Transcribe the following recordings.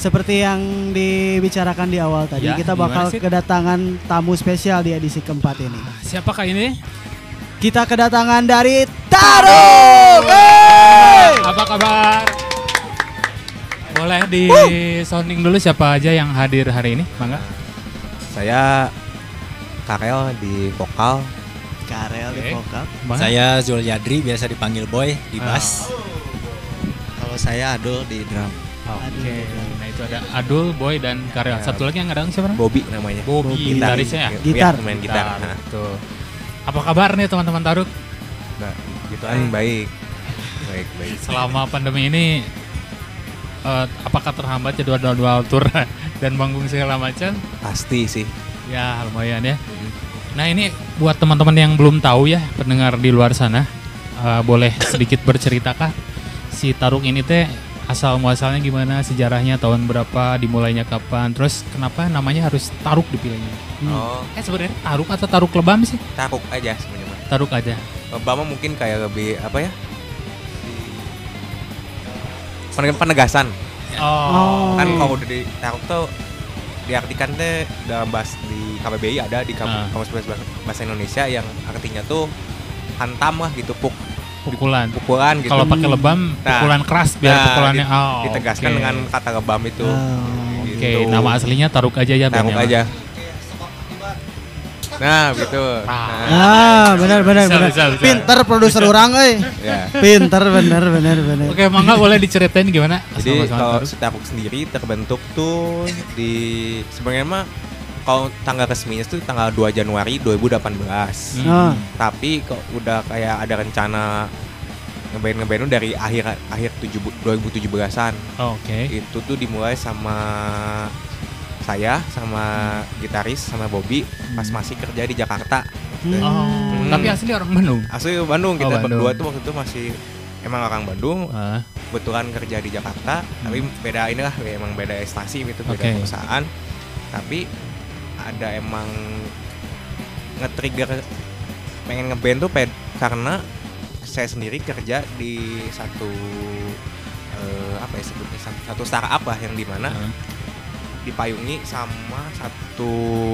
seperti yang dibicarakan di awal tadi, Ya, kita bakal gimana sih? kedatangan tamu spesial di edisi keempat ini. Siapakah ini? Kita kedatangan dari Tarung. Apa kabar? Boleh di sounding dulu siapa aja yang hadir hari ini, Mangga? Saya Karel di vokal. Karel di Oke. vokal. Mangga? Saya Zul Yadri, biasa dipanggil Boy di Ah. bass. Kalau saya Adul di drum. Oke. Nah itu ada Adul, Boy, dan Karel. Ya. Satu lagi yang ada siapa? Bobby namanya. Bobby, gitarisnya ya? Gitar. Iya, main gitar. Nah, Tuh. Apa kabar nih teman-teman Taruk? nah, gituan baik. Baik. Selama pandemi ini apakah terhambat jadwal tour dan manggung segala macam? Pasti sih. Ya lumayan ya. Nah ini buat teman-teman yang belum tahu ya, pendengar di luar sana, boleh sedikit berceritakah si Taruk ini teh asal muasalnya gimana, sejarahnya tahun berapa, dimulainya kapan, terus kenapa namanya harus Taruk dipilihnya? Oh, Sebenarnya Taruk atau Taruk Lebam sih? takut aja sebenarnya. Taruk aja. Obama mungkin kayak lebih apa ya? Penegasan. Oh. Kan kalau udah di takut tuh diartikan teh dalam bahasa di KBBI ada di Kamus Bahasa Indonesia yang artinya tuh hantam lah gitu, Pukulan. pukulan gitu. Kalau pakai lebam, Nah, pukulan keras biar pukulannya. ditegaskan oke. dengan kata lebam itu. Oke, Gitu. nama aslinya Taruk aja ya, Taruk bandnya, aja. Nah, gitu. Benar. Bisa. Pinter produser orang, Ya. Pinter, bener. Oke, Mangga boleh diceritain gimana? Jadi asal-muasal kalau Taruk? si Taruk sendiri terbentuk tuh di sebenarnya mah kalau tanggal resminya tuh tanggal 2 Januari 2018. Ah. Tapi kok udah kayak ada rencana ngeband dari akhir 2017-an. Oke. Itu tuh dimulai sama saya sama gitaris sama Bobby pas masih kerja di Jakarta. Oh, tapi asli orang Bandung. Asli Bandung, kita Bandung. berdua tuh waktu itu masih emang orang Bandung, Ah, kebetulan kerja di Jakarta, tapi beda inilah emang beda instansi gitu, beda Oke. perusahaan. Tapi ada emang nge-trigger pengen ngeband tuh karena saya sendiri kerja di satu apa ya sebutnya, satu startup lah yang dimana dipayungi sama satu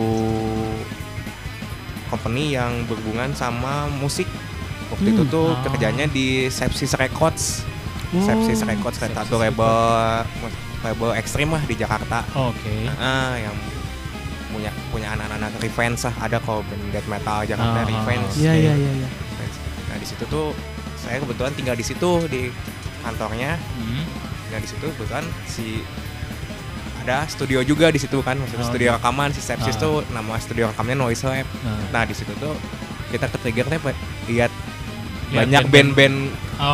company yang berhubungan sama musik. Waktu itu tuh kerjanya di Sepsis Records. Sepsis Records kayak satu label ekstrim lah di Jakarta. Oke. Yang punya anak-anak Revenge lah, ada kalau band death metal Jakarta Revenge. Iya. Nah di situ tuh saya kebetulan tinggal di situ di kantornya. Nah di situ kebetulan ada studio juga di situ kan, maksudnya studio rekaman si Sepsis tuh nama studio rekamnya Noise Lab. Nah di situ tuh kita ke-triggernya lihat banyak band-band,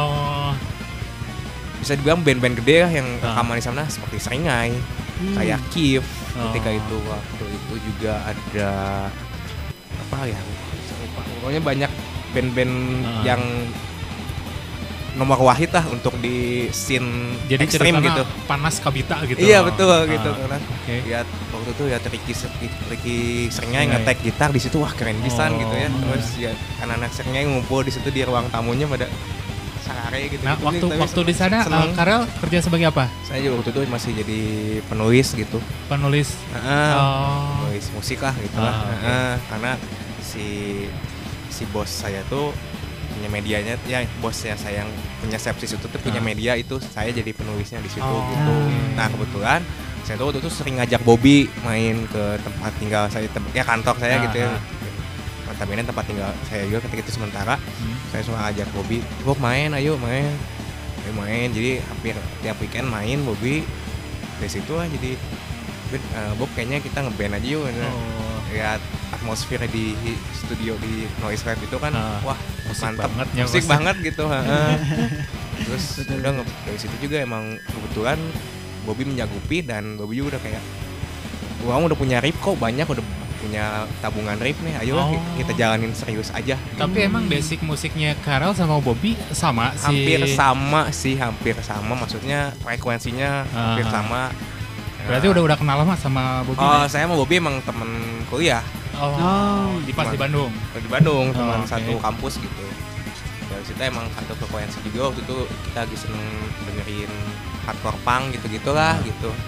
bisa dibilang band-band gede lah yang rekaman di sana seperti Seringai, kayak Kiev. Ketika itu waktu itu juga ada apa ya? Pokoknya banyak band-band yang nomor wahid lah untuk di scene Jadi ekstrim gitu. Panas kabita gitu. Iya betul gitu kan. Oke. Lihat waktu itu ya Ricky Seringai nge-tag gitar di situ, wah keren pisan gitu ya. Terus ya anak-anak Seringai ngumpul di situ di ruang tamunya pada sare gitu. Nah, waktu di sana Karel kerja sebagai apa? Saya juga waktu itu masih jadi penulis gitu. Penulis. Penulis musik lah gitu lah. Karena si bos saya tuh punya medianya, ya bosnya saya yang punya Sepsis itu tuh punya media, itu saya jadi penulisnya di situ gitu. Nah kebetulan saya tuh waktu itu sering ngajak Bobby main ke tempat tinggal saya, kantor saya gitu ya. Notabene tempat tinggal saya juga ketika itu sementara. Saya suka ngajak Bobby, Bob ayo main. Jadi hampir tiap weekend main Bobby. Dari situ lah jadi Bob kayaknya kita ngeband aja yuk. Lihat atmosfer di studio di Noise Lab itu kan, wah mantap banget, musik banget gitu. Terus udah dari situ juga emang kebetulan Bobby menjagupi, dan Bobby juga udah kayak, wah udah punya riff kok banyak, udah punya tabungan riff nih, ayolah kita jalanin serius aja. Tapi emang basic musiknya Karel sama Bobby sama sih? Hampir sama, maksudnya frekuensinya hampir sama. Berarti udah kenal lama sama Bobby? Saya sama Bobby emang temen kuliah. Di Bandung. Di Bandung, teman satu kampus gitu. Dari situ emang satu frekuensi juga, waktu itu kita lagi seneng dengerin hardcore punk gitu-gitulah gitu.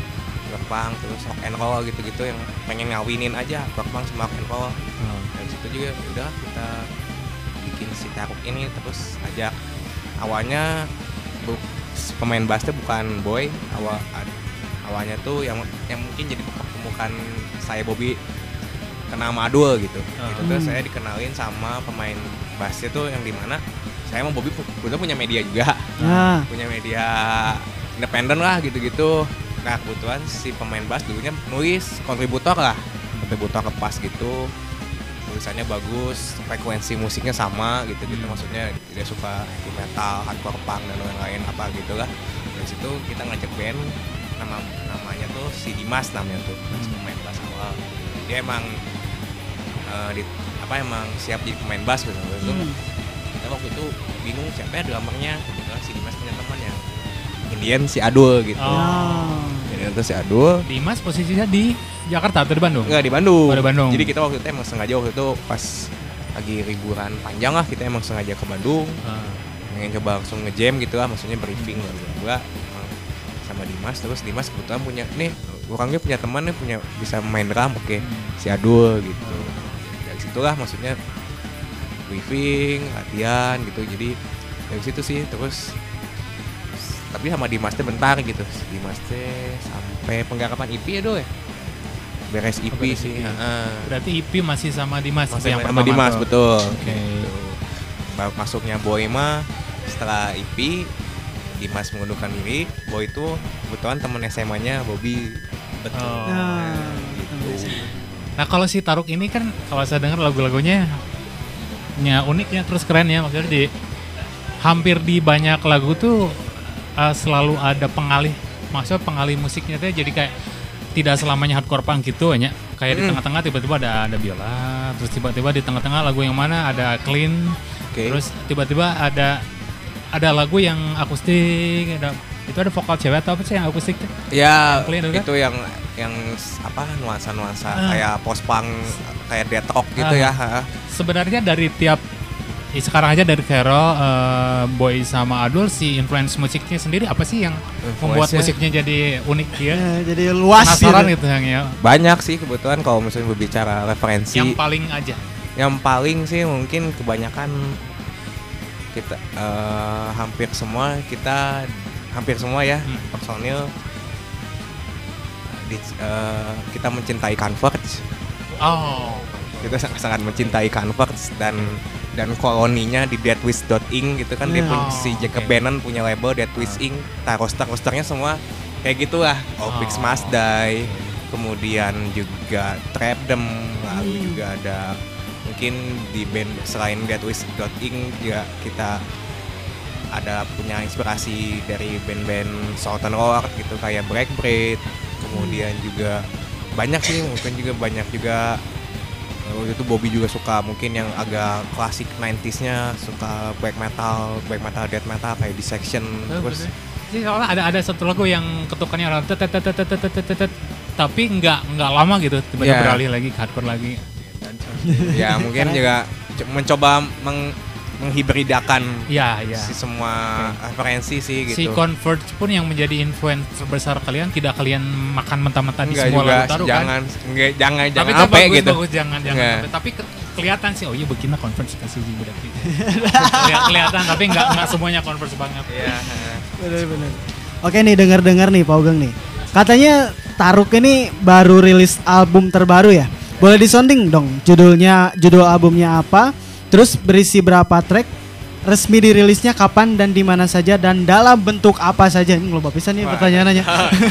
hardcore punk, terus rock and roll gitu-gitu yang pengen ngawinin aja hardcore punk sama rock and roll. Dari situ juga udah kita bikin si Taruk ini, terus ajak awalnya pemain bassnya bukan Boy, awalnya tuh yang mungkin jadi pertemukan saya Bobby kenal sama Adul gitu. Terus saya dikenalin sama pemain bassnya tuh yang dimana saya sama Bobby kebetulan punya media juga, punya media independen lah gitu-gitu. Nah kebetulan si pemain bass dulunya nulis kontributor ke pas gitu, tulisannya bagus, frekuensi musiknya sama gitu-gitu, maksudnya dia suka heavy metal, hardcore punk dan lain-lain apa gitulah. Dari situ kita ngajak band, namanya tuh si Dimas namanya tuh, pemain bass awal. Dia emang emang siap jadi pemain bass gitu. Kita waktu itu bingung siapa ya drummernya, kebetulan si Dimas punya teman yang Indian, si Adul gitu. Jadi itu si Adul. Dimas posisinya di Jakarta atau di Bandung? Enggak, di Bandung. Di Bandung. Jadi kita waktu itu emang sengaja waktu itu pas lagi liburan panjang lah, kita emang sengaja ke Bandung. Pengen coba langsung nge-jam gitu lah, maksudnya briefing bla sama Dimas. Terus Dimas kebetulan punya nih, orangnya punya teman nih, punya bisa main drum, oke. Si Adul gitu. Dari situlah maksudnya briefing, latihan gitu. Jadi dari situ sih terus. Tapi sama Dimas teh bentar gitu. Dimas teh sampai penggarapan EP ya ya. Beres EP sih. Berarti EP masih sama Dimas masih yang sama Dimas tuh. betul. Oke. Gitu. Masuknya Boy mah setelah EP Dimas mengundurkan diri. Boy itu kebetulan teman SMA-nya Bobby. Betul. Gitu. Nah kalau si Taruk ini kan kalau saya dengar lagu-lagunya uniknya terus keren ya, maksudnya hampir di banyak lagu tuh selalu ada pengalih musiknya tuh, jadi kayak tidak selamanya hardcore punk gitu hanya kayak di tengah-tengah tiba-tiba ada biola, terus tiba-tiba di tengah-tengah lagu yang mana ada clean, terus tiba-tiba ada lagu yang akustik, itu ada vokal cewek atau apa sih yang akustik tuh? Ya clean, itu yang apa nuansa kayak post punk, kayak death rock gitu ya. Sebenarnya dari tiap sekarang aja dari Vero, Boy sama Adul, si influence musiknya sendiri apa sih yang membuat musiknya jadi unik ya? Jadi luas penasaran gitu yang ya. Banyak sih kebetulan kalau misalnya berbicara referensi. Yang paling aja. Yang paling sih mungkin kebanyakan kita hampir semua ya personil kita mencintai Converge. Kita sangat mencintai Converge dan koloninya di deadwish.inc gitu kan. Dia punya si Jacob Bannon punya label Deadwish Inc. Rosternya semua kayak gitulah. Opix Must Die, kemudian juga Trap Them, lalu juga ada mungkin di band selain Deadwish.inc juga kita ada punya inspirasi dari band-band Southern Rock gitu kayak Breakbeat. Kemudian juga banyak sih, mungkin juga banyak juga. Waktu itu Bobby juga suka mungkin yang agak klasik 90s-nya, suka black metal, death metal kayak Dissection. Terus sih soalnya ada satu lagu yang ketukannya orang tapi nggak lama gitu tiba-tiba beralih lagi ke hardcore lagi. Ya mungkin juga mencoba menghibridakan si semua referensi sih gitu. Si Converge pun yang menjadi influencer besar kalian, tidak kalian makan mentah-mentah di semua lagu Taruk kan? Jangan tapi apa gitu. Bagus, jangan. Tapi kelihatan sih, oh iya begini Converge kasih juga berarti. Kelihatan tapi nggak semuanya Converge banget. Iya. Benar. Oke nih, dengar nih Pak Ugeng nih. Katanya Taruk ini baru rilis album terbaru ya. Boleh disounding dong judul albumnya apa? Terus berisi berapa track, resmi dirilisnya kapan dan di mana saja, dan dalam bentuk apa saja? Ini ngeloba pisan nih pertanyaannya.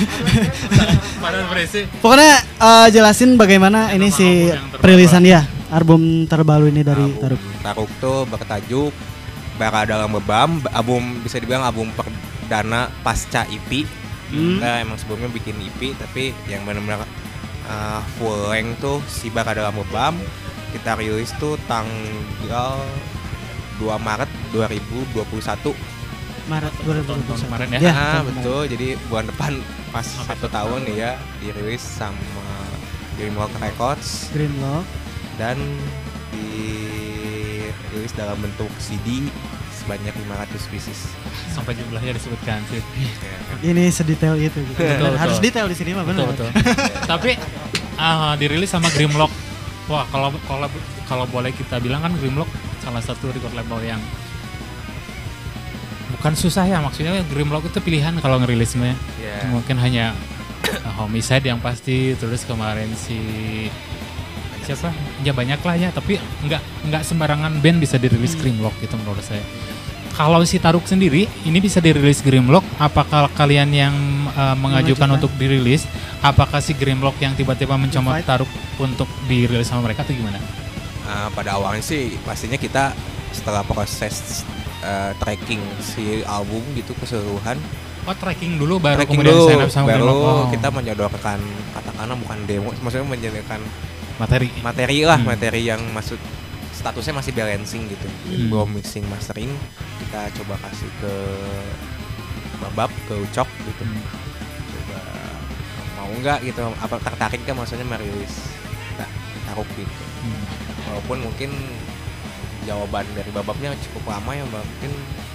Pokoknya jelasin bagaimana ini si perilisan ya album terbaru ini dari Taruk. Taruk tuh bertajuk Bara Dalam Bebam, album bisa dibilang album perdana pasca EP. Kita emang sebelumnya bikin EP, tapi yang benar-benar full length tuh si Bara Dalam Bebam. Kita rilis tuh tanggal 2 Maret 2021. Maret 2021 kemarin ya. Ya, betul. Jadi bulan depan pas 1 tahun ya dirilis sama Grimlock Records. Grimlock. Dan dirilis dalam bentuk CD sebanyak 500 pieces. Sampai jumlahnya disebutkan sih. Ini sedetail itu gitu. Betul, Harus betul. detail di sini mah benar. Betul. Tapi dirilis sama Grimlock. Wah, kalau boleh kita bilang kan Grimlock salah satu record label yang bukan susah ya, maksudnya Grimlock itu pilihan kalau ngerilisnya. Yeah. Mungkin hanya Homicide yang pasti, terus kemarin si siapa? Ya banyak lah ya, tapi nggak sembarangan band bisa dirilis Grimlock gitu menurut saya. Kalau si Taruk sendiri ini bisa dirilis Grimlock, apakah kalian yang mengajukan untuk dirilis? Apakah si Grimlock yang tiba-tiba mencomot Taruk untuk dirilis sama mereka atau gimana? Pada awalnya sih pastinya kita setelah proses tracking si album gitu keseluruhan. Oh, tracking dulu baru Tracking kemudian dulu, sign up sama baru Grimlock. kita menyodorkan, katakanlah bukan demo, maksudnya menyodorkan materi lah, materi yang maksud statusnya masih balancing gitu, belum mixing mastering. Kita coba kasih ke Babab, ke Ucok gitu, coba mau nggak gitu, apa tertarik kan maksudnya merilis Taruk gitu. Walaupun mungkin jawaban dari Bababnya cukup lama ya, mungkin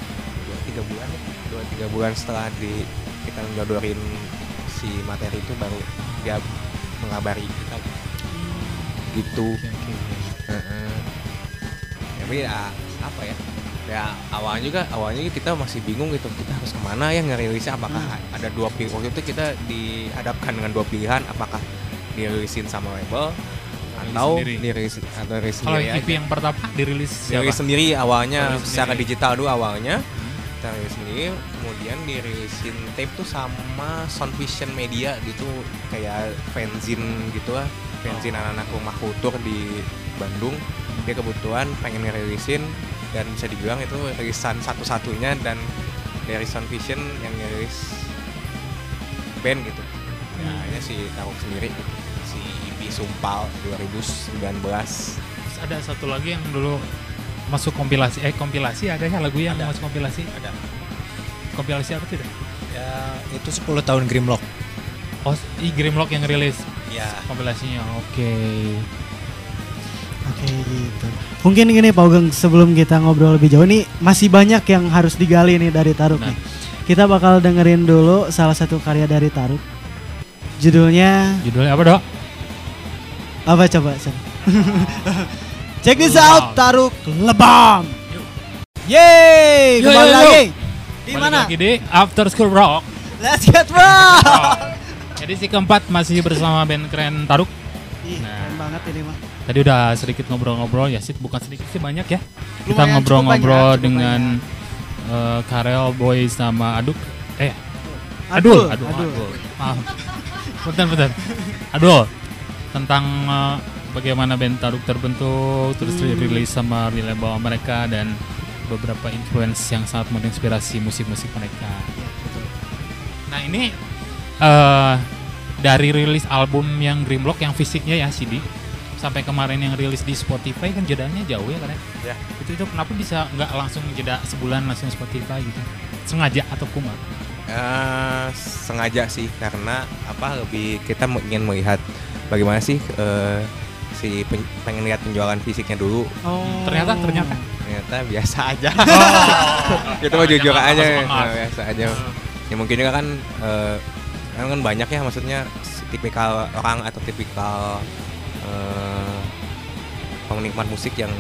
2-3 bulan setelah kita nyodorin si materi itu baru dia mengabari kita gitu. Tapi ya apa ya, awalnya kita masih bingung gitu, kita harus kemana ya ngerilisnya, apakah ada dua pilihan. Waktu itu kita dihadapkan dengan dua pilihan, apakah dirilisin sama label atau dirilis sendiri. Kalau EP yang pertama dirilis dirilis sendiri awalnya, dirilis secara sendiri. digital dulu awalnya. Kita rilis sendiri, kemudian dirilisin tape tuh sama Sound Vision Media gitu, kayak fanzine gitu lah, fanzine anak-anak rumah kultur di Bandung. Dia kebetulan pengen ngerilisin dan bisa dibilang itu rilisan satu-satunya dan dari Sound Vision yang ngerilis band gitu. Ya ini si Taruk sendiri gitu, si EP Sumpal 2019. Terus ada satu lagi yang dulu masuk kompilasi ada ya lagu yang masuk kompilasi? Ada. Kompilasi apa tidak? Ya itu 10 tahun Grimlock. Oh, Grimlock yang rilis Ya. kompilasinya. Oke. Oke gitu. Mungkin gini Pak Ugeng, sebelum kita ngobrol lebih jauh nih masih banyak yang harus digali nih dari Taruk nih. Kita bakal dengerin dulu salah satu karya dari Taruk. Judulnya apa, Dok? apa coba? Check this out, Taruk Lebam. Yeay, kembali lagi. Di Balik mana? lagi di After School Rock. Let's get rock. Jadi si keempat masih bersama band keren Taruk. Ih, Nah. keren banget ini mah. Tadi udah sedikit ngobrol-ngobrol ya sih, bukan sedikit sih, banyak ya. Kita Lumayan, ngobrol-ngobrol cukup dengan Karel Boy sama Adul. Maaf. Bentar. Adul. Tentang bagaimana band Taruk terbentuk, terus dirilis sama di label mereka dan beberapa influence yang sangat menginspirasi musik-musik mereka. Nah ini dari rilis album yang Grimlock yang fisiknya ya CD sampai kemarin yang rilis di Spotify kan jedanya jauh ya kan ya? Itu kenapa bisa nggak langsung jeda sebulan langsung Spotify gitu? Sengaja atau kumat? Sengaja sih, karena lebih kita ingin melihat bagaimana sih pengen lihat penjualan fisiknya dulu. Oh. Ternyata Biasa aja. Kita mau Jangan jujur aja, semangat. biasa aja. Ya mungkin juga kan banyak ya, maksudnya tipikal orang atau tipikal penikmat musik yang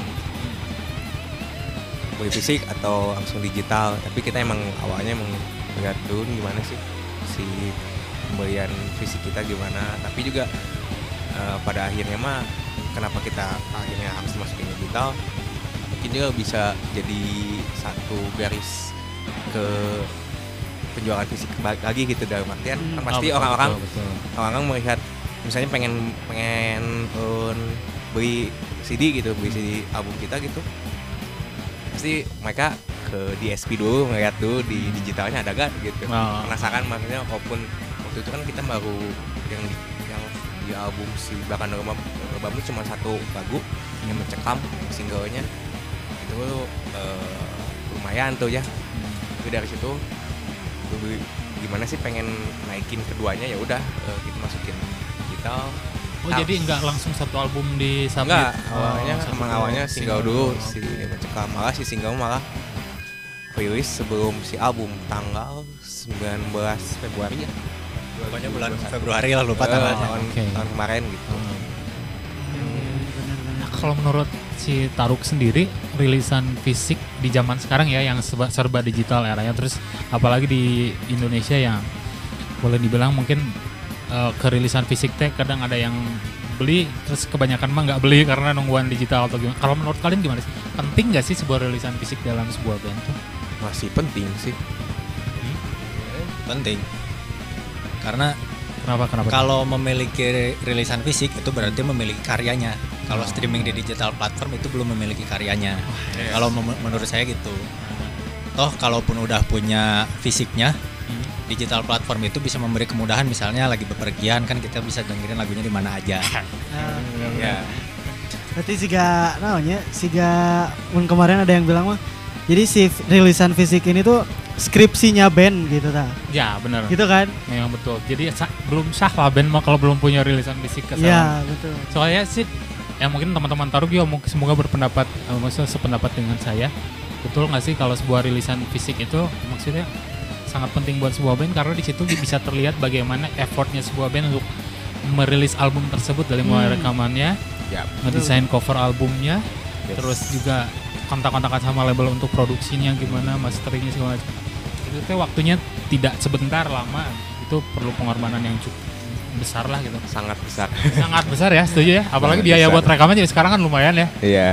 beli fisik atau langsung digital. Tapi kita emang awalnya melihat dulu gimana sih si pembelian fisik kita gimana. Tapi juga pada akhirnya mah kenapa kita akhirnya harus masukin digital, mungkin juga bisa jadi satu garis ke penjualan fisik lagi gitu, dalam artian kan pasti orang-orang melihat misalnya pengen beli CD gitu, beli CD album kita gitu, pasti mereka ke DSP dulu, ngeliat dulu di digitalnya ada gak gitu. Penasaran, maksudnya walaupun waktu itu kan kita baru yang di album si Bahkan Lebam itu cuma satu lagu yang mencekam singlenya itu lumayan tuh ya. Tapi dari situ gimana sih pengen naikin keduanya, ya udah kita masukin digital. Jadi nggak langsung satu album di submit? Enggak, awalnya single dulu si mencekam, malah si single malah rilis sebelum si album tanggal 19 Februari ya. Pokoknya bulan Februari lah, lupa tanggalnya. Tahun kemarin gitu. Nah, kalau menurut si Taruk sendiri, rilisan fisik di zaman sekarang ya yang serba digital eranya, terus apalagi di Indonesia yang boleh dibilang mungkin kerilisan fisik teh kadang ada yang beli, terus kebanyakan mah nggak beli karena nungguan digital atau gimana. Kalau menurut kalian gimana sih? Penting nggak sih sebuah rilisan fisik dalam sebuah band tuh? Masih penting sih. Penting. Karena Kenapa? kalau memiliki rilisan fisik itu berarti memiliki karyanya. Kalau streaming di digital platform itu belum memiliki karyanya. Kalau menurut saya gitu. Toh kalaupun udah punya fisiknya, digital platform itu bisa memberi kemudahan, misalnya lagi bepergian kan kita bisa dengerin lagunya di mana aja. Ya. Berarti siga kemarin ada yang bilang mah, jadi si rilisan fisik ini tuh skripsinya band gitu ta. Ya benar. Gitu kan? Memang betul. Jadi belum sah lah band mah kalau belum punya rilisan fisik kesalahan. Iya, betul. Soalnya sih ya mungkin teman-teman Taruk juga semoga berpendapat maksudnya sependapat dengan saya. Betul nggak sih kalau sebuah rilisan fisik itu maksudnya sangat penting buat sebuah band, karena di situ bisa terlihat bagaimana effortnya sebuah band untuk merilis album tersebut dari mulai rekamannya, ngedesain cover albumnya, terus juga kontak-kontakan sama label untuk produksinya gimana, masteringnya segala macam. Itu tuh waktunya tidak sebentar, lama. Itu perlu pengorbanan yang cukup besar lah gitu. Sangat besar. Sangat besar ya, setuju ya. Apalagi Sangat biaya besar. buat rekaman juga sekarang kan lumayan ya. Iya.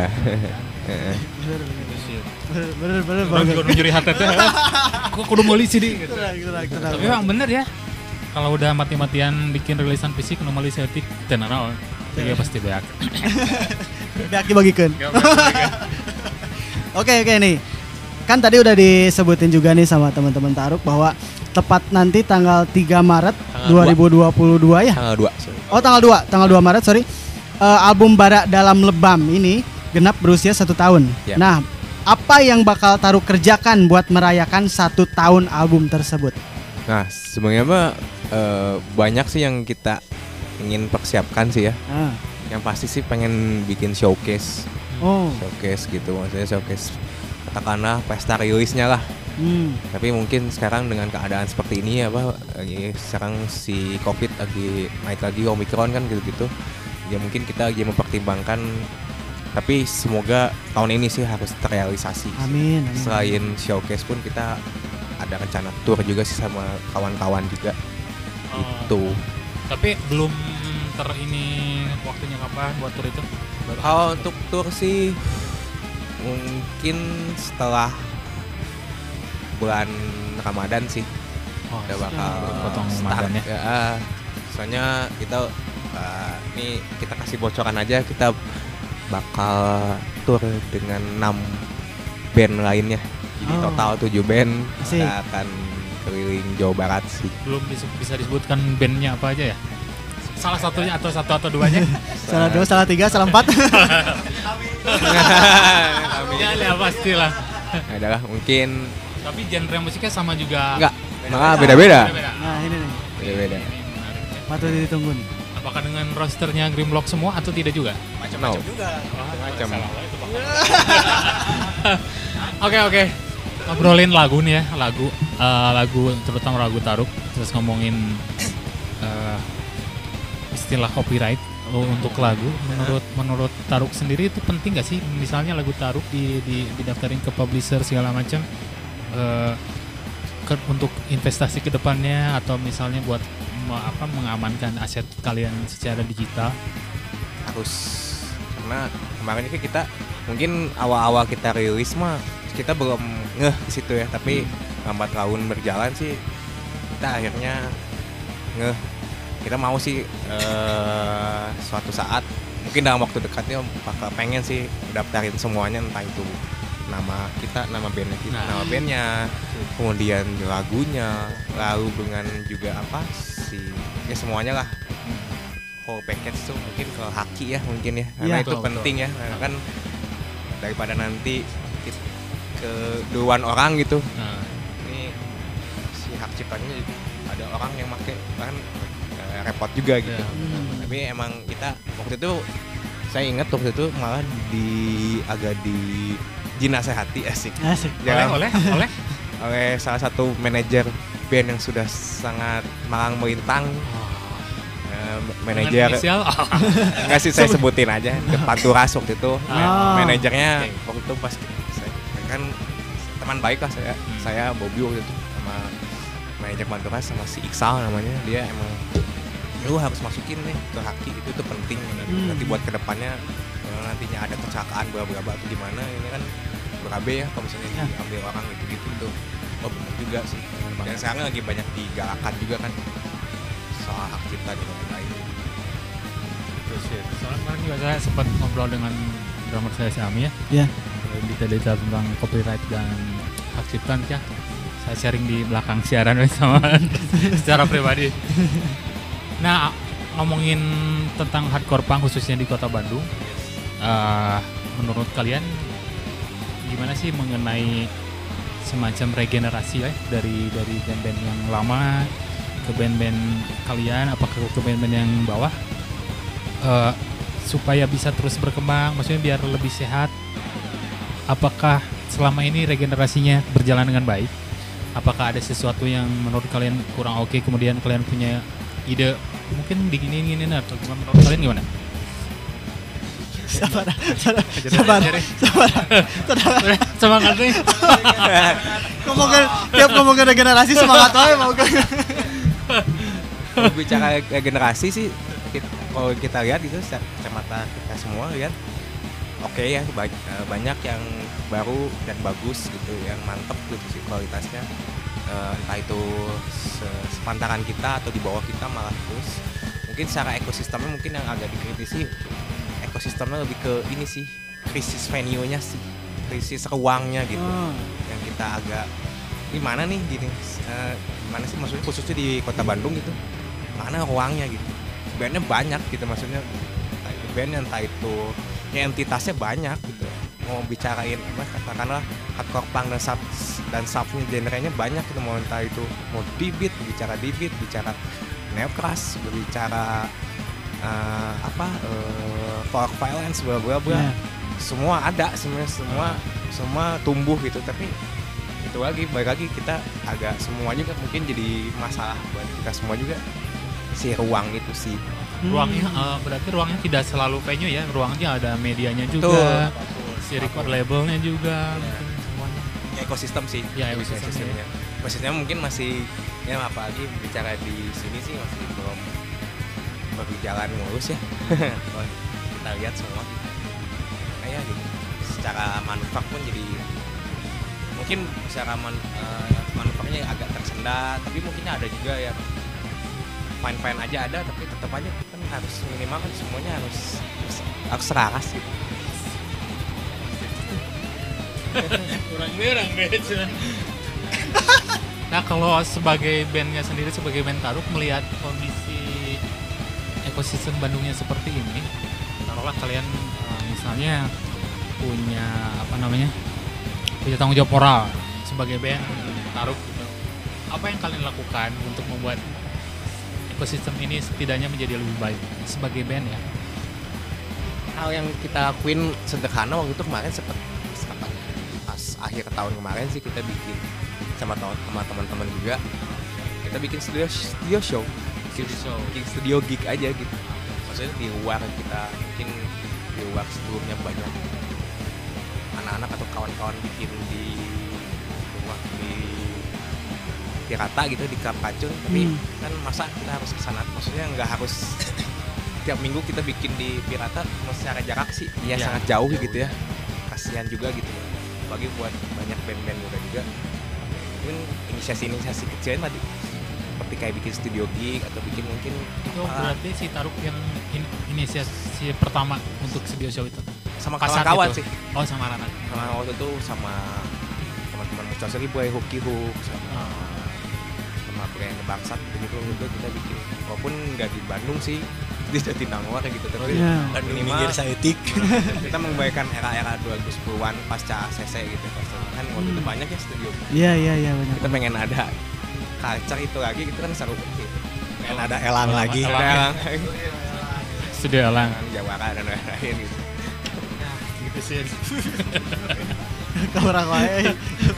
Bener. Orang juga nyuri hati tuh. Aku kudu meuli sih di. Gitu. Tenang. Tapi memang bener ya. Kalau udah mati-matian bikin rilisan fisik, nomali setik, tenang. Jadi pasti beak. Beak dibagikan. Oke nih. Kan tadi udah disebutin juga nih sama teman-teman Taruk bahwa tepat nanti tanggal 3 Maret Tanggal 2022 ya. Tanggal 2. Sorry. Oh tanggal 2 Maret sorry. Album Bara Dalam Lebam ini genap berusia 1 tahun. Yep. Nah, apa yang bakal Taruk kerjakan buat merayakan 1 tahun album tersebut? Nah, sebenarnya mah banyak sih yang kita ingin persiapkan sih ya. Yang pasti sih pengen bikin showcase. Showcase gitu, maksudnya showcase katakanlah pesta rilisnya lah. Tapi mungkin sekarang dengan keadaan seperti ini lagi sekarang si COVID lagi naik lagi, Omicron kan gitu-gitu. Ya mungkin kita lagi mempertimbangkan, tapi semoga tahun ini sih harus terrealisasi. Amin. Selain showcase pun kita ada rencana tour juga sih sama kawan-kawan juga. Itu. Tapi belum ini waktunya kapan buat tour itu? Kalau untuk tour sih mungkin setelah bulan Ramadan sih. Udah bakal potong start Ramadan ya. Soalnya kita ini kita kasih bocoran aja, kita bakal tour dengan 6 band lainnya. Jadi total 7 band. Asik. Kita akan keliling Jawa Barat sih. Belum bisa disebutkan bandnya apa aja ya? Salah satunya atau satu atau duanya? Salah 2, salah 3, salah 4. Ya pastilah. Adalah mungkin. Tapi genre musiknya sama juga. Enggak, malah beda-beda. Nah ini nih, Beda-beda. patut ditunggu nih. Apakah dengan rosternya Grimlock semua atau tidak juga? Macam-macam juga. Macam. Oke. Ngobrolin lagu nih ya, lagu terutama lagu Taruk, terus ngomongin istilah copyright untuk lagu. Menurut Taruk sendiri itu penting gak sih? Misalnya lagu Taruk didaftarin ke publisher segala macam untuk investasi ke depannya, atau misalnya buat mengamankan aset kalian secara digital. Harus, karena kemarin kan kita mungkin awal-awal kita rilis mah kita belum ngeh di situ ya, tapi lambat tahun berjalan sih kita akhirnya ngeh. Kita mau sih suatu saat mungkin dalam waktu dekatnya bakal pengen sih daftarin semuanya, entah itu nama kita, nama bandnya kita, nama bandnya, kemudian lagunya, lalu dengan juga ya semuanya lah, whole package tuh mungkin ke Haki ya mungkin ya, karena Ya, itu penting ya, karena kan daripada nanti ke duluan orang gitu. Ini si hak ciptanya ada orang yang pakai kan repot juga gitu. Tapi emang kita waktu itu, saya ingat waktu itu malah agak dinasehati asik. Oleh salah satu manajer band yang sudah sangat malang melintang. Manajer enggak sih, saya sebutin aja depan turas waktu itu. Manajernya waktu itu pas kan teman baik lah saya Bobby waktu itu sama manajer Panturas sama si Iksal namanya. Dia emang lu harus masukin nih ke haki, itu tuh penting nanti buat kedepannya. Nantinya ada kecelakaan berapa atau gimana, ini kan berabe ya kalau misalnya diambil orang gitu tuh. Oh benar juga sih. Dan sekarang lagi banyak digalakan juga kan soal hak cipta dan lain-lain. Soalnya kemarin juga saya sempat ngobrol dengan drummer saya si Ami ya. Iya. Detail-detail tentang copyright dan hak cipta ya. Saya sharing di belakang siaran sama secara pribadi. Nah, ngomongin tentang hardcore punk khususnya di Kota Bandung. Menurut kalian gimana sih mengenai semacam regenerasi ya dari band-band yang lama ke band-band kalian, apakah ke band-band yang bawah supaya bisa terus berkembang, maksudnya biar lebih sehat? Apakah selama ini regenerasinya berjalan dengan baik? Apakah ada sesuatu yang menurut kalian kurang oke, kemudian kalian punya ide mungkin diginiin atau gimana, menurut kalian gimana? Sabar. Semangat nih. Ngomongin regenerasi semangat aja mau kan. Kalau bicara regenerasi sih, kalau kita lihat itu kacamata kita semua lihat oke ya, banyak yang baru dan bagus gitu, yang mantep gitu sih kualitasnya. Entah itu sepantaran kita atau di bawah kita malah terus. Mungkin secara ekosistemnya mungkin yang agak dikritisi, ekosistemnya lebih ke ini sih, krisis venue-nya sih, krisis ruangnya gitu. Yang kita agak gimana nih gini, gimana sih maksudnya khususnya di Kota Bandung gitu, mana ruangnya gitu. Bandnya banyak gitu, maksudnya entah itu band, entah itu ya entitasnya banyak gitu. Mau bicarain apa, katakanlah hardcore punk dan subnya genrenya banyak gitu, mau entah itu mau D-beat, bicara neokras, berbicara folk violence, semua ada, semua tumbuh gitu. Tapi itu balik lagi kita agak semua juga mungkin jadi masalah buat kita semua juga si ruang itu sih. Ruangnya berarti ruangnya tidak selalu venue ya, ruangnya ada medianya juga, si record labelnya juga, semuanya. Ya, ekosistem sih. Ya, ekosistemnya. Maksudnya mungkin masih ya apalagi bicara di sini sih masih belum berjalan mulus ya. Kita lihat semua kayak gitu. Secara manufak pun jadi mungkin secara manufaknya agak tersendat, tapi mungkin ada juga yang fine aja ada, tapi tetap aja kan harus minimal kan semuanya harus selaras gitu. Kurang beda. Nah, kalau sebagai bandnya sendiri, sebagai band Taruk, melihat kondisi ekosistem Bandungnya seperti ini, taruhlah kalian misalnya punya punya tanggung jawab moral sebagai band Taruk gitu. Apa yang kalian lakukan untuk membuat ekosistem ini setidaknya menjadi lebih baik sebagai band ya? Hal yang kita lakuin sederhana waktu itu kemarin pas akhir tahun kemarin sih, kita bikin sama teman-teman juga, kita bikin studio show, bikin studio gig aja gitu. Maksudnya di luar, kita mungkin di luar sebelumnya banyak anak-anak atau kawan-kawan bikin di rumah di Pirata gitu, di Kapacun, tapi kan masa kita harus kesana, maksudnya nggak harus tiap minggu kita bikin di Pirata, secara jarak sih ya sangat jauh gitu ya, kasihan juga gitu, bagi buat banyak band-band muda juga. Mungkin inisiasi kecilnya tadi seperti kayak bikin studio gig atau bikin mungkin itu berarti si Taruk yang inisiasi pertama untuk studio show itu sama kawan-kawan sih. Oh, sama anak. Waktu itu sama teman-teman Mucasari Boy, Hoki Hook, sama brand Bangsat gitu kita bikin, walaupun nggak di Bandung sih, di Jatinangor gitu, tapi kan minimal kita mengembalikan era-era 2010-an pasca CC gitu, kan waktu itu banyak ya studio. Iya banyak. Kita pengen ada culture itu lagi gitu kan, seru gitu. Pengen ada Elang lagi. Studio Elang, Jawara dan lain-lain gitu. Gitu sih. Kabarang wae.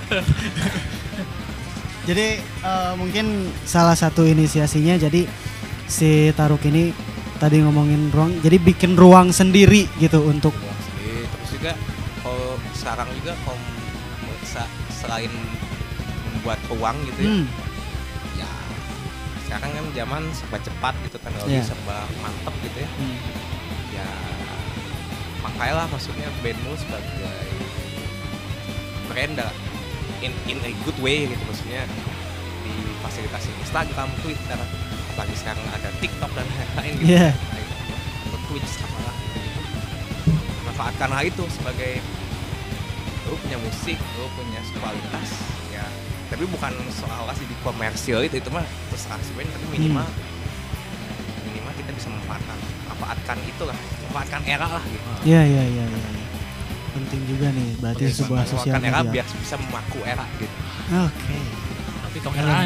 Jadi mungkin salah satu inisiasinya jadi si Taruk ini tadi ngomongin ruang, jadi bikin ruang sendiri gitu untuk Ruang sendiri. Terus juga kalau sekarang juga kalau selain membuat ruang gitu ya, ya sekarang kan zaman serba cepat gitu, teknologi Yeah. serba mantep gitu ya. Ya makanya lah maksudnya bandmu sebagai brand dah, in a good way gitu, maksudnya difasilitasi Instagram, Twitter, apalagi sekarang ada TikTok dan lain-lain gitu. Yeah. Atau Twitch apalah. Manfaatkan hal itu sebagai lu punya musik, lu punya kualitas ya. Tapi bukan soal kasih di komersil itu mah terserah sih, tapi minimal kita bisa memanfaatkan itulah, memanfaatkan era lah gitu. Iya. Penting juga nih, berarti sebuah sosial Memanfaatkan era media. biar bisa memaku era gitu. Oke. Tapi tokeran.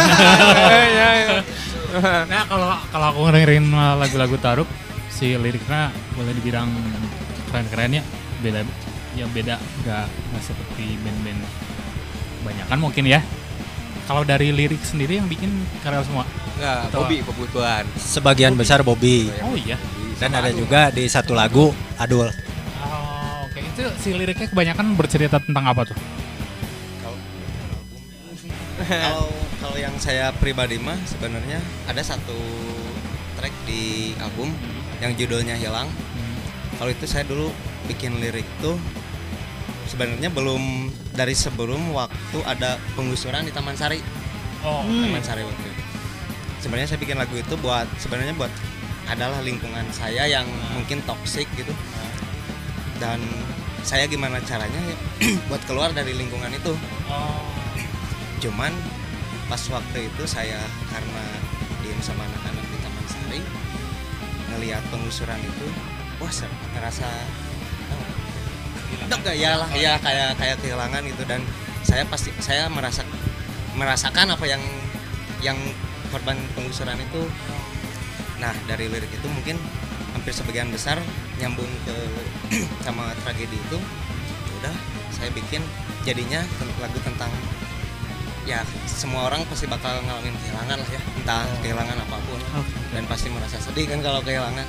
Nah, kalau aku ngedengerin lagu-lagu Taruk, si liriknya boleh dibilang keren-keren ya. Beda nggak seperti band-band kebanyakan mungkin ya. Kalau dari lirik sendiri yang bikin karya semua. Enggak, Atau- Bobby kebutuhan. Sebagian besar Bobby. Oh iya. Dan ada juga di satu lagu Adul. Oh, oke. Itu si liriknya kebanyakan bercerita tentang apa tuh? Kalau yang saya pribadi mah sebenarnya ada satu track di album yang judulnya Hilang. Kalau itu saya dulu bikin lirik tuh sebenarnya belum dari sebelum waktu ada penggusuran di Taman Sari. Oh, Taman Sari waktu itu. Sebenarnya saya bikin lagu itu buat adalah lingkungan saya yang mungkin toksik gitu. Dan saya gimana caranya ya, buat keluar dari lingkungan itu. Cuman pas waktu itu saya karena diem sama anak-anak di Taman Sari ngelihat penggusuran itu, wah saya ngerasa kayak kehilangan gitu, dan saya merasakan apa yang korban penggusuran itu. Nah dari lirik itu mungkin hampir sebagian besar nyambung ke sama tragedi itu. Udah saya bikin jadinya lagu tentang ya semua orang pasti bakal ngalamin kehilangan lah ya, entah kehilangan apapun. Dan pasti merasa sedih kan kalau kehilangan.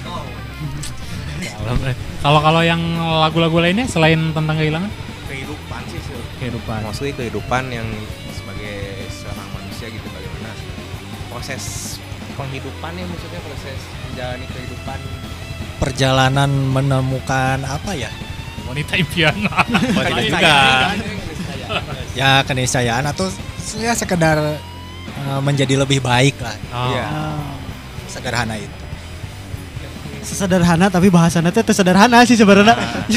Kalau yang lagu-lagu lainnya selain tentang kehilangan? Kehidupan sih, Kehidupan. mostly kehidupan yang sebagai seorang manusia gitu, bagaimana proses penghidupannya, maksudnya proses menjalani kehidupan. Perjalanan menemukan apa ya? Wanita impian. Tidak juga. Ya keniscayaan atau ya sekedar menjadi lebih baik lah. Oh. Iya. Sederhana itu. Sesederhana tapi bahasannya tuh sederhana sih sebenarnya.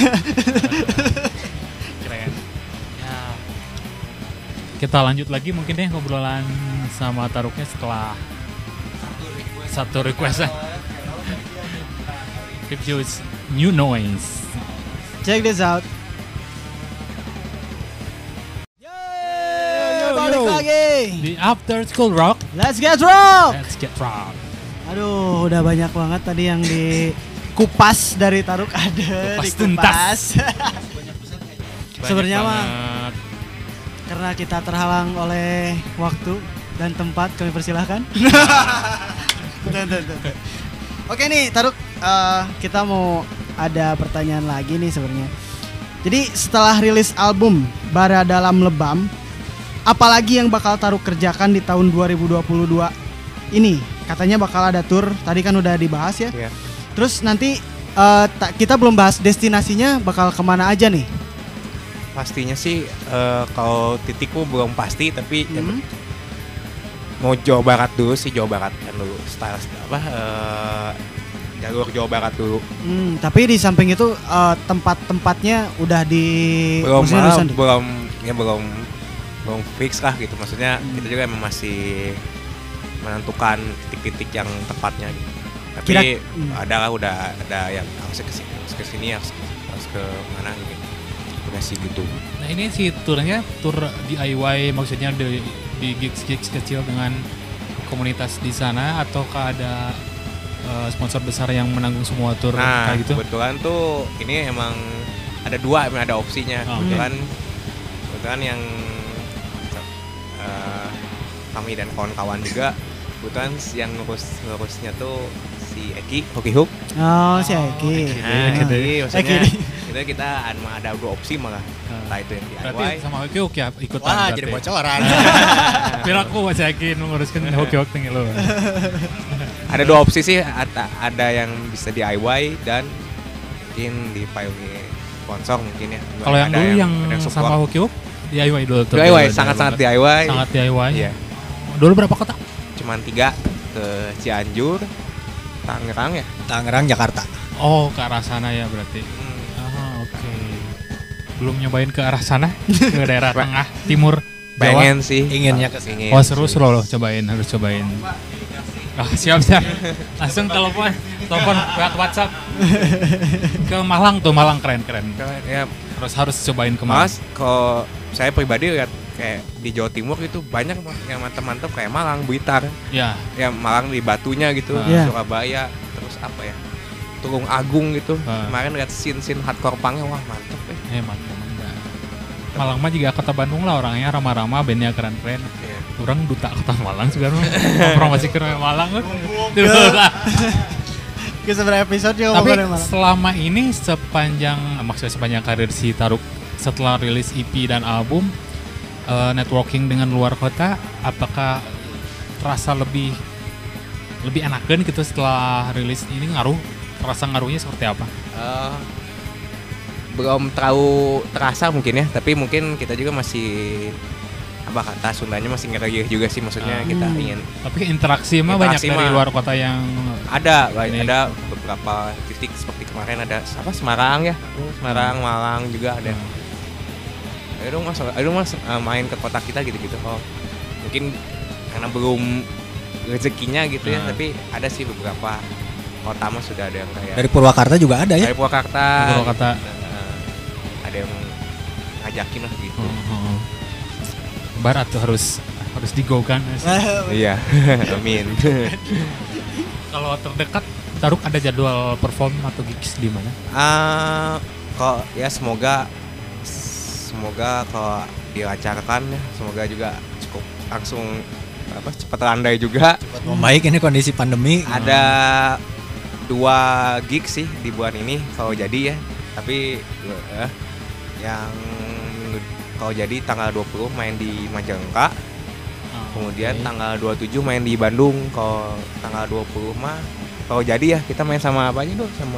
Keren. Ya. Kita lanjut lagi mungkin deh ngobrolan sama Taruknya setelah satu request. Reviews New Noise. Check this out. Balik lagi. Di After School Rock. Let's get rock. Let's get rock. Aduh, udah banyak banget tadi yang dikupas dari Taruk, ada Kupas dikupas. Banyak Sebenarnya mah banget. karena kita terhalang oleh waktu dan tempat, kami persilahkan. Tuh. Oke nih Taruk, kita mau ada pertanyaan lagi nih sebenarnya. Jadi setelah rilis album Bara Dalam Lebam, apalagi yang bakal Taruk kerjakan di tahun 2022 ini? Katanya bakal ada tour, tadi kan udah dibahas ya. Iya. Terus nanti kita belum bahas destinasinya bakal kemana aja nih? Pastinya sih kalau titikku belum pasti, tapi ya mau Jawa Barat dulu sih, Jawa Barat kan dulu style apa jalur Jawa Barat dulu. Tapi di samping itu tempat-tempatnya udah Belum maksudnya udah belum fix lah gitu, maksudnya kita juga emang masih menentukan titik-titik yang tepatnya gitu. Tapi ada lah, udah ada yang harus ke sini, harus ke mana gitu. Udah sih gitu. Nah ini si turnya tur DIY, maksudnya di gigs kecil dengan komunitas di sana, ataukah ada sponsor besar yang menanggung semua tur Nah kayak gitu? kebetulan tuh ini emang ada dua, ada opsinya. Oh, Kebetulan yang kami dan kawan-kawan juga, kebetulan yang ngurusnya tuh si Eki Hoki Hook. Oh, si Eki. Eki, maksudnya Eki. itu kita ada dua opsi malah. Entah itu yang Berarti DIY. sama Hoki Hook ya ikutan. Wah, berarti. jadi bocoran. Piraku masih yakin nguruskan Hoki Hook tinggi lo. Ada dua opsi sih, ada yang bisa DIY dan mungkin dipayungi sponsor mungkin ya. Kalau yang Ada dulu yang ada support. sama Hoki Hook DIY dulu tuh. DIY sangat-sangat DIY. Sangat DIY. Iya. Dulu berapa kota? Cuman 3 ke Cianjur, Tangerang ya. Tangerang, Jakarta. Oh, ke arah sana ya berarti. Oke. Belum nyobain ke arah sana, ke daerah tengah, timur, Jawa. Pengen sih. Inginnya ke sana. Oh, seru loh, harus cobain. Siap. Langsung telepon lewat WhatsApp. Ke Malang tuh, Malang keren. Ya, Harus cobain ke Malang. Mas, kalau saya pribadi lihat kayak di Jawa Timur itu banyak yang mantep-mantep kayak Malang, Blitar. Ya. Ya Malang di Batunya gitu, Iya. Surabaya, terus apa ya? Tulung Agung gitu. Kemarin lihat scene hardcore punknya, wah mantep Mantap. Malang mah juga kota Bandung lah orangnya ramah-ramah, bandnya keren-keren. Iya. Orang duta kota Malang sekarang. Orang masih keren Malang kan. Ke seberapa episode juga Tapi ngomongin Malang. selama ini maksudnya sepanjang karir si Taruk setelah rilis EP dan album, networking dengan luar kota, apakah terasa lebih enakan gitu setelah rilis ini terasa ngaruhnya seperti apa? Belum terlalu terasa mungkin ya, tapi mungkin kita juga masih kata Sundanya masih ngeragih juga sih, maksudnya kita ingin Tapi interaksi mah banyak dari luar kota yang ada beberapa titik seperti kemarin ada Semarang ya, Semarang, Malang juga ada. Ayo dong mas main ke kota kita gitu. Oh mungkin karena belum rezekinya gitu ya, tapi ada sih beberapa kota mah sudah ada yang kayak Dari Purwakarta juga ada ya? dari Purwakarta. Ada yang ngajakin lah gitu. Barat tuh harus digokan. Iya, amin. Kalau terdekat Taruk ada jadwal perform atau gigs di mana? Kok ya semoga kalau dilancarkan ya, semoga juga cukup langsung cepat landai juga. Buat membaik ini kondisi pandemi. Ada 2 gig sih di bulan ini kalau jadi ya. Tapi yang kalau jadi tanggal 20 main di Majalengka. Kemudian tanggal 27 main di Bandung. Kalau tanggal 20 mah kalau jadi ya kita main sama apa aja tuh, sama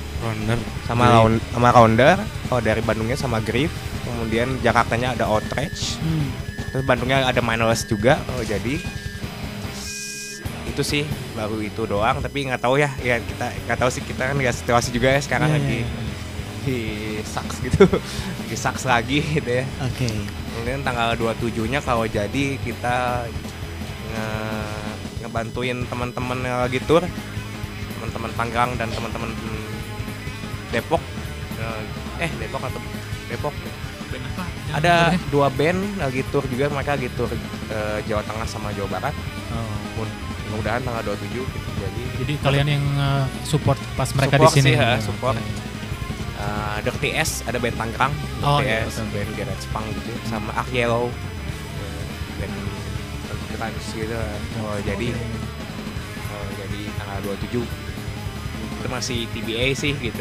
Rounder. Kalau dari Bandungnya sama Grief. Kemudian Jakartanya ada Outrage. Terus Bandungnya ada Mindless juga kalau jadi. Itu sih baru itu doang, tapi nggak tahu ya kita nggak tahu sih, kita kan nggak situasi juga ya sekarang lagi di sucks gitu. Di sucks lagi gitu ya. Oke. Kemudian tanggal 27-nya kalau jadi kita ngebantuin teman-teman yang lagi tour, teman-teman Tangerang dan teman-teman Depok. Depok. Ada 2 band lagi tour juga, mereka lagi tour Jawa Tengah sama Jawa Barat. Mudah-mudahan tanggal 27 gitu. Jadi kalian yang support pas mereka di sini. Support. Dirty S ada band Tangerang, Dirty S, band garage punk gitu, sama Ark Yellow, band grunge gitu. Jadi tanggal 27 itu masih TBA sih gitu.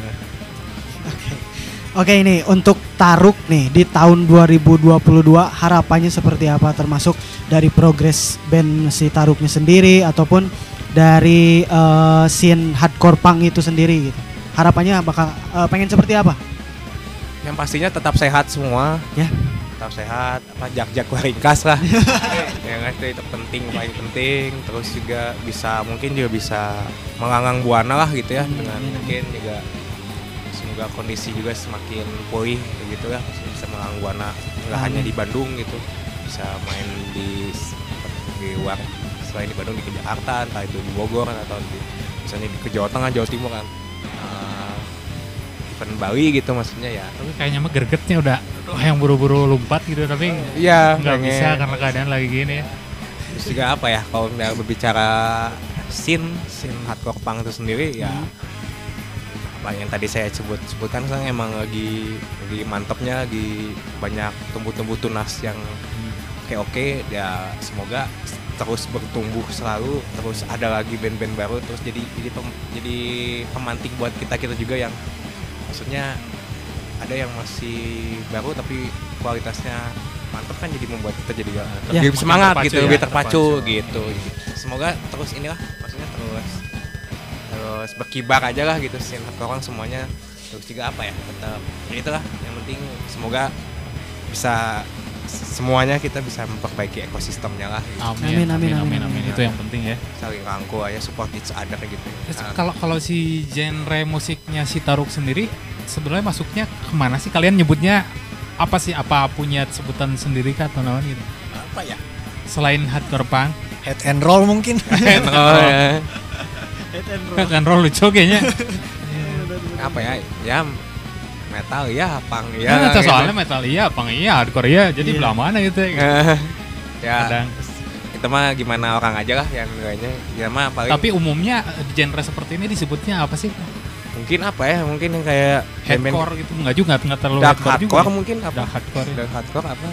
Oke, ini untuk Taruk nih di tahun 2022 harapannya seperti apa, termasuk dari progres band si Taruknya sendiri ataupun dari scene hardcore punk itu sendiri gitu. Harapannya bakal pengen seperti apa? Yang pastinya tetap sehat semua ya. Tetap sehat, jak-jak ringkas lah. Yang itu paling penting. Terus juga mungkin bisa melanglang buana lah gitu ya, dengan mungkin juga semoga kondisi juga semakin pulih gitu ya, bisa melanglang buana nggak hanya di Bandung gitu, bisa main di luar selain di Bandung, di Jakarta, entah itu di Bogor atau misalnya di Jawa Tengah, Jawa Timur kan, event Bali gitu maksudnya ya. Tapi kayaknya mah gregetnya udah yang buru-buru lompat gitu, tapi nggak bisa karena keadaan lagi gini ya. Terus juga apa ya, kalau berbicara scene hardcore punk itu sendiri ya yang tadi saya sebutkan kan emang lagi mantepnya, lagi banyak tumbuh tunas yang oke ya, semoga terus bertumbuh selalu, terus ada lagi band-band baru, terus jadi pemantik buat kita juga yang maksudnya ada yang masih baru tapi kualitasnya mantap kan, jadi membuat kita jadi lebih semangat gitu, lebih terpacu gitu. Semoga terus inilah, maksudnya terus berkibar aja lah gitu, orang semuanya terus juga apa ya, tetap itulah yang penting, semoga bisa semuanya kita bisa memperbaiki ekosistemnya lah gitu. Amin. Itu yang penting ya, saling rangkul aja, support each other gitu. Kalau si genre musiknya si Taruk sendiri sebenarnya masuknya kemana sih? Kalian nyebutnya apa sih? Apa punya sebutan sendiri kah atau naon gitu? Apa ya? Selain hardcore punk, Head and roll mungkin. Head and roll lucu kayaknya. Apa ya? Ya metal ya, punk ya. Nah, soalnya metal iya, punk iya, hardcore iya. Jadi belah mana gitu ya? Kadang. Kita mah gimana orang aja lah yang kayaknya. Ya mah paling. Tapi umumnya genre seperti ini disebutnya apa sih? Mungkin apa ya? Mungkin yang kayak hardcore gitu. Enggak juga, enggak terlalu hardcore juga. Mungkin apa? Dark hardcore. Dark hardcore apa?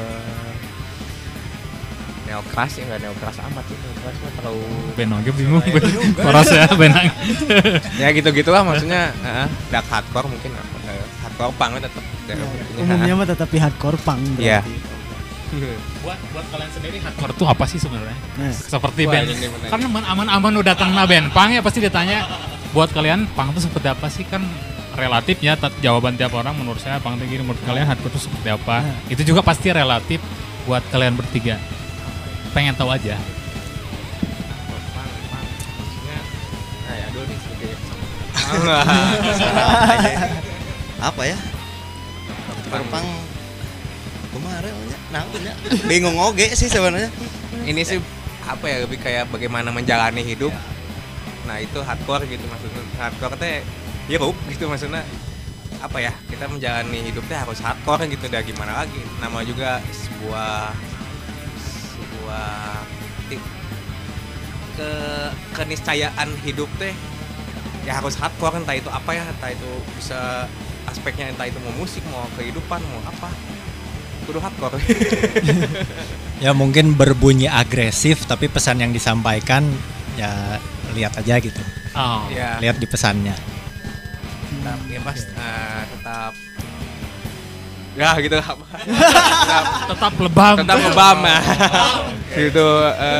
Neokras ya, enggak neokras amat sih. Neokras mah terlalu benang bingung. Poros ya benang. Ya gitu-gitulah maksudnya, dark hardcore mungkin apa? Hardcore punk tetap. Umumnya mah tetapi hardcore punk berarti. Iya. Buat kalian sendiri hardcore itu apa sih sebenarnya? Seperti Wah, band. Kan aman-aman udah datang band punk ya pasti ditanya, buat kalian punk itu seperti apa sih? Kan relatif ya, jawaban tiap orang. Menurut saya punk itu gini, menurut kalian hardcore itu seperti apa? Itu juga pasti relatif buat kalian bertiga. Pengen tahu aja. Apa ya? Pang kemarin ya, bingung oge sih sebenarnya. Ini sih apa ya, lebih kayak bagaimana menjalani hidup. Nah itu hardcore gitu maksudnya. Hardcore teh hirup gitu maksudnya. Apa ya, kita menjalani hidupnya harus hardcore gitu, dah gimana lagi. Nama juga sebuah keniscayaan hidup teh ya harus hardcore, entah itu apa ya, entah itu bisa aspeknya, entah itu mau musik, mau kehidupan, mau apa, kudu hardcore. Ya mungkin berbunyi agresif tapi pesan yang disampaikan ya lihat aja gitu. Oh. Ya. Lihat di pesannya. Tetap ya gitu apa. Tetap lebam. Gitu.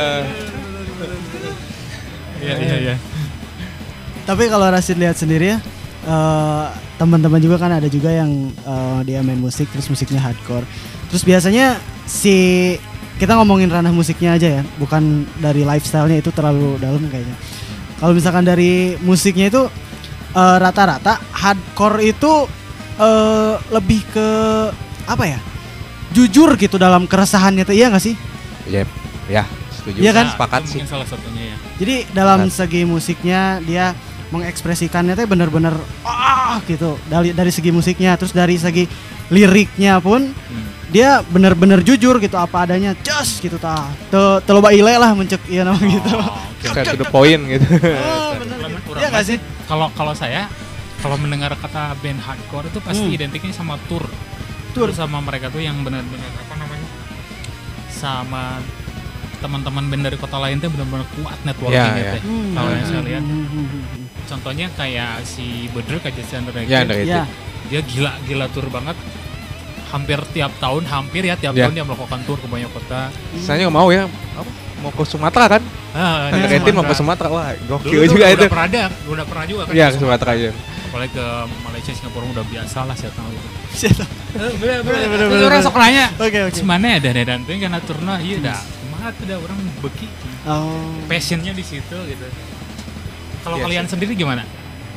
Iya. Tapi kalau Rashid lihat sendiri ya, teman-teman juga kan ada juga yang dia main musik terus musiknya hardcore. Terus biasanya kita ngomongin ranah musiknya aja ya, bukan dari lifestyle-nya, itu terlalu dalam kayaknya. Kalau misalkan dari musiknya itu rata-rata hardcore itu lebih ke apa ya? Jujur gitu dalam keresahannya tuh, iya nggak sih? Yep. Ya, setuju. Iya kan? Sepakat sih. Mungkin salah satunya ya. Jadi dalam segi musiknya dia mengekspresikannya tuh bener-bener gitu dari segi musiknya, terus dari segi liriknya pun dia bener-bener jujur gitu, apa adanya, just gitu tah. Teloba ile lah mencek ieu nama gitu. Kita to the point gitu. Iya enggak sih? Kalau saya mendengar kata band hardcore itu pasti identiknya sama tour sama mereka tuh yang benar-benar apa namanya, sama teman-teman band dari kota lain tuh benar-benar kuat networking gitu. Kalau yang saya lihat, contohnya kayak si Bedrek aja si Andre, dia gila tur banget. Hampir tiap tahun dia melakukan tur ke banyak kota. Saya nggak mau ya, mau ke Sumatera kan? Andre mau ke Sumatera, wah gokil juga itu. Udah pernah juga kan? Iya, ke Sumatera aja. Apalagi ke Malaysia, Singapura udah biasa lah saya tahu itu. Bener. Orang sok nanya. Oke. Gimana ya dan tuh karena turna iya dah. Kumaha tuh dah orang beki. Passionnya di situ gitu. Kalau kalian sendiri gimana?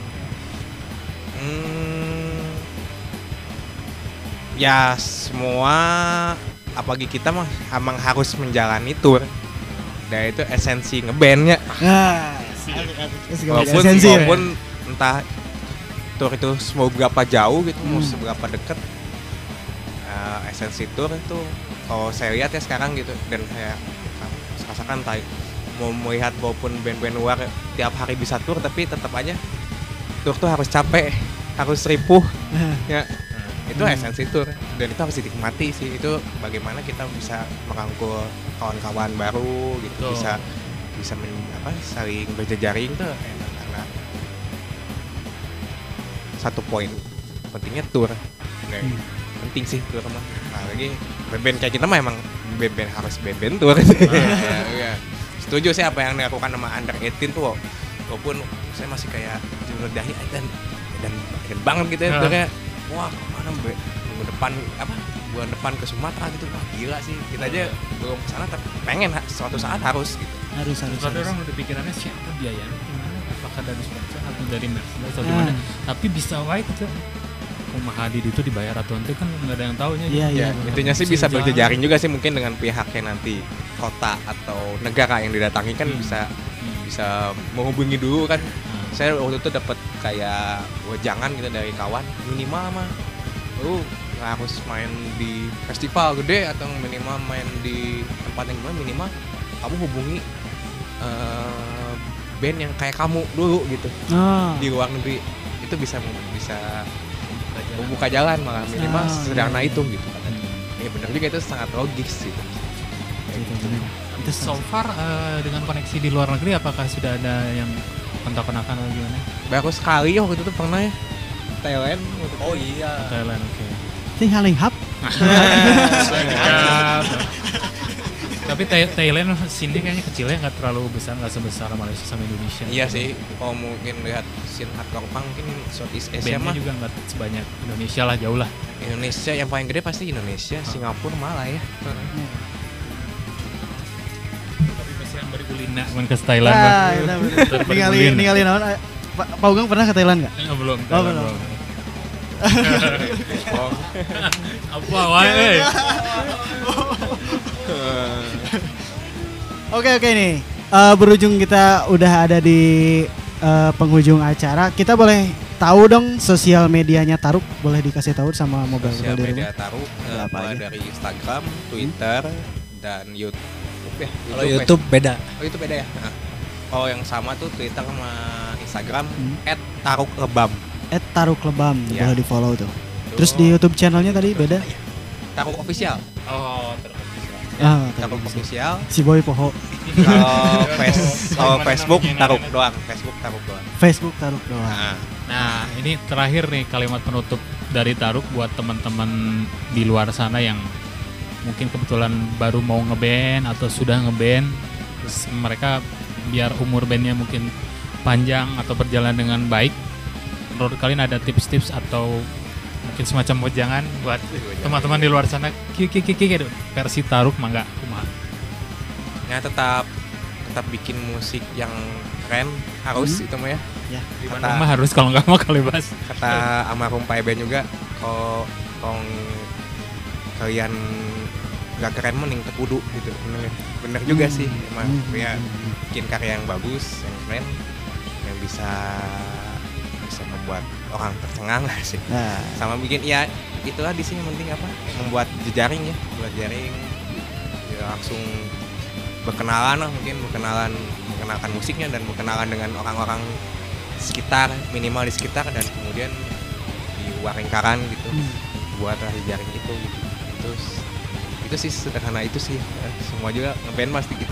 Ya semua, apalagi kita mah emang harus menjalani tour. Dan itu esensi ngebandnya. Walaupun entah tour itu mau berapa jauh gitu, mau seberapa dekat, esensi tour itu kalau saya lihat ya sekarang gitu, dan saya rasakan mau melihat walaupun band-band luar tiap hari bisa tour, tapi tetap aja tour tuh harus capek, harus ripuh, ya. Itu esensi tour dan itu harus dinikmati sih. Itu bagaimana kita bisa merangkul kawan-kawan baru gitu, bisa saling berjejaring tuh enak. Karena satu poin pentingnya tour, penting sih tour mah. Nah, lagi band kayak kita mah emang band harus band tour. Ya. Setuju sih apa yang dilakukan sama Under 18 tuh, walaupun saya masih kayak meredahi dan banget gitu ya, kayak wah kemana bulan depan ke Sumatera gitu, wah gila sih, kita aja belum kesana tapi pengen suatu saat harus gitu. Harus. Kalau orang udah pikirannya siapa biayanya gimana, apakah dari sponsor atau dari merchandise atau gimana, tapi bisa wae gitu. Kumaha di itu dibayar atau nanti kan nggak ada yang tahunya. Iya. Intinya sih bisa berjejaring juga sih mungkin dengan pihaknya nanti kota atau negara yang didatangi kan bisa menghubungi dulu kan. Saya waktu itu dapat kayak wejangan gitu dari kawan, minimal mah nggak harus main di festival gede atau minimal main di tempat yang gimana, minimal kamu hubungi band yang kayak kamu dulu gitu di luar negeri, itu bisa membuka jalan malah minimal sederhana itu gitu. Ya benar juga, itu sangat logis gitu. So far dengan koneksi di luar negeri apakah sudah ada yang kontak-kontakan atau gimana? Baru sekali waktu itu tuh pernah ya Thailand. Oh iya. Thailand, oke. Tinggal hap. Tapi Thailand sini kayaknya kecilnya nggak terlalu besar, nggak sebesar Malaysia sama Indonesia. Iya sih, kalau mungkin lihat scene hardcore punk mungkin Southeast Asia mah juga nggak sebanyak Indonesia lah, jauh lah. Indonesia yang paling gede pasti Indonesia, Singapura malah ya. Tapi masih yang bergulina ke Thailand. Ninggalin naon. Pak Ugeng pernah ke Thailand nggak? Belum. Belum. Apa wae? Oke nih. Berujung kita udah ada di penghujung acara. Kita boleh tahu dong sosial medianya Taruk, boleh dikasih tahu sama Mobile Sosial World media Taruk mulai dari Instagram, Twitter, dan YouTube ya. Kalau YouTube beda. Oh itu beda ya. Oh yang sama tuh Twitter sama Instagram @taruklebam. @taruklebam Ya. boleh di follow tuh. Terus di YouTube channelnya tadi beda? Taruk official. Oh, Taruk official. Si Boy Poho. Kalau Facebook Taruk doang. Facebook Taruk doang. Nah, ini terakhir nih kalimat penutup dari Taruk buat teman-teman di luar sana yang mungkin kebetulan baru mau ngeband atau sudah ngeband, terus mereka biar umur bandnya mungkin panjang atau berjalan dengan baik. Menurut kalian ada tips-tips atau mungkin semacam wejangan buat teman-teman di luar sana versi Taruk mangga kumaha? Ya tetap bikin musik yang keren harus itu mah ya. Ya. Gimana mah harus, kalau nggak mau kali bas. Kata almarhum Pak Eben juga, kalau kalian gak keren mending tekudu gitu. Bener juga sih emang ya, bikin karya yang bagus, yang keren, yang bisa membuat orang tercengang lah sih. Sama bikin ya itulah di sini penting apa, membuat jejaring ya, langsung berkenalan lah, mungkin mengenalkan musiknya dan berkenalan dengan orang-orang sekitar, minimal di sekitar, dan kemudian di luar lingkaran gitu, buatlah jejaring itu gitu. Terus itu sih sederhana itu sih, semua juga ngeband pasti gitu.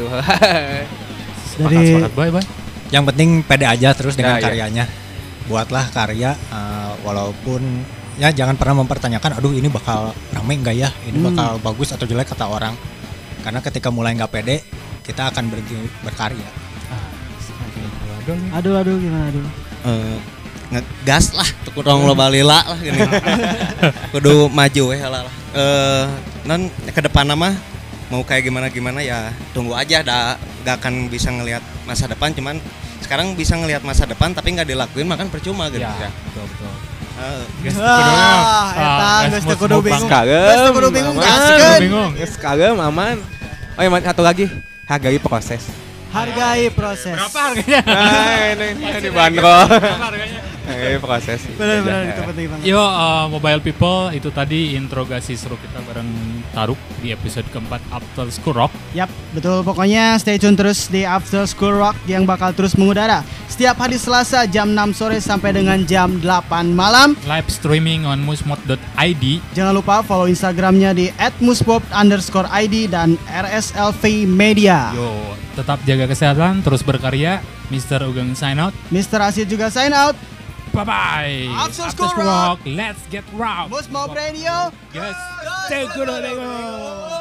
Dari bye. Yang penting pede aja terus dengan Ya, karyanya. Buatlah karya walaupun ya jangan pernah mempertanyakan aduh ini bakal rame enggak ya, ini bakal bagus atau jelek kata orang. Karena ketika mulai nggak pede, kita akan berhenti berkarya. Aduh gimana aduh? Ngegas lah, kurang lo balila lah gini. Kudu maju lah. Non ke depan mah mau kayak gimana ya tunggu aja, gak akan bisa ngelihat masa depan, cuman sekarang bisa ngelihat masa depan tapi nggak dilakuin makan percuma gitu. Ya, betul. Geus teu kudu bingung. Geus kudu bingung. Geus kagem aman. Oh ya satu lagi, hargai proses. Hargai proses. Berapa harganya? Nah, ini dibanderol. Berapa harganya? Proses. Benar-benar itu penting banget. Yo, mobile people, itu tadi interogasi seru kita bareng Taruk di episode keempat After School Rock. Yap, betul. Pokoknya stay tune terus di After School Rock yang bakal terus mengudara setiap hari Selasa jam 6 sore sampai dengan jam 8 malam. Live streaming on musmod.id. Jangan lupa follow Instagramnya di @muspop_id dan RSLV Media. Yo, tetap jaga kesehatan, terus berkarya. Mr. Ugeng sign out. Mr. Asid juga sign out. Bye-bye. After School Rock. Let's get rock. Musmob Radio. Yes. Stay good.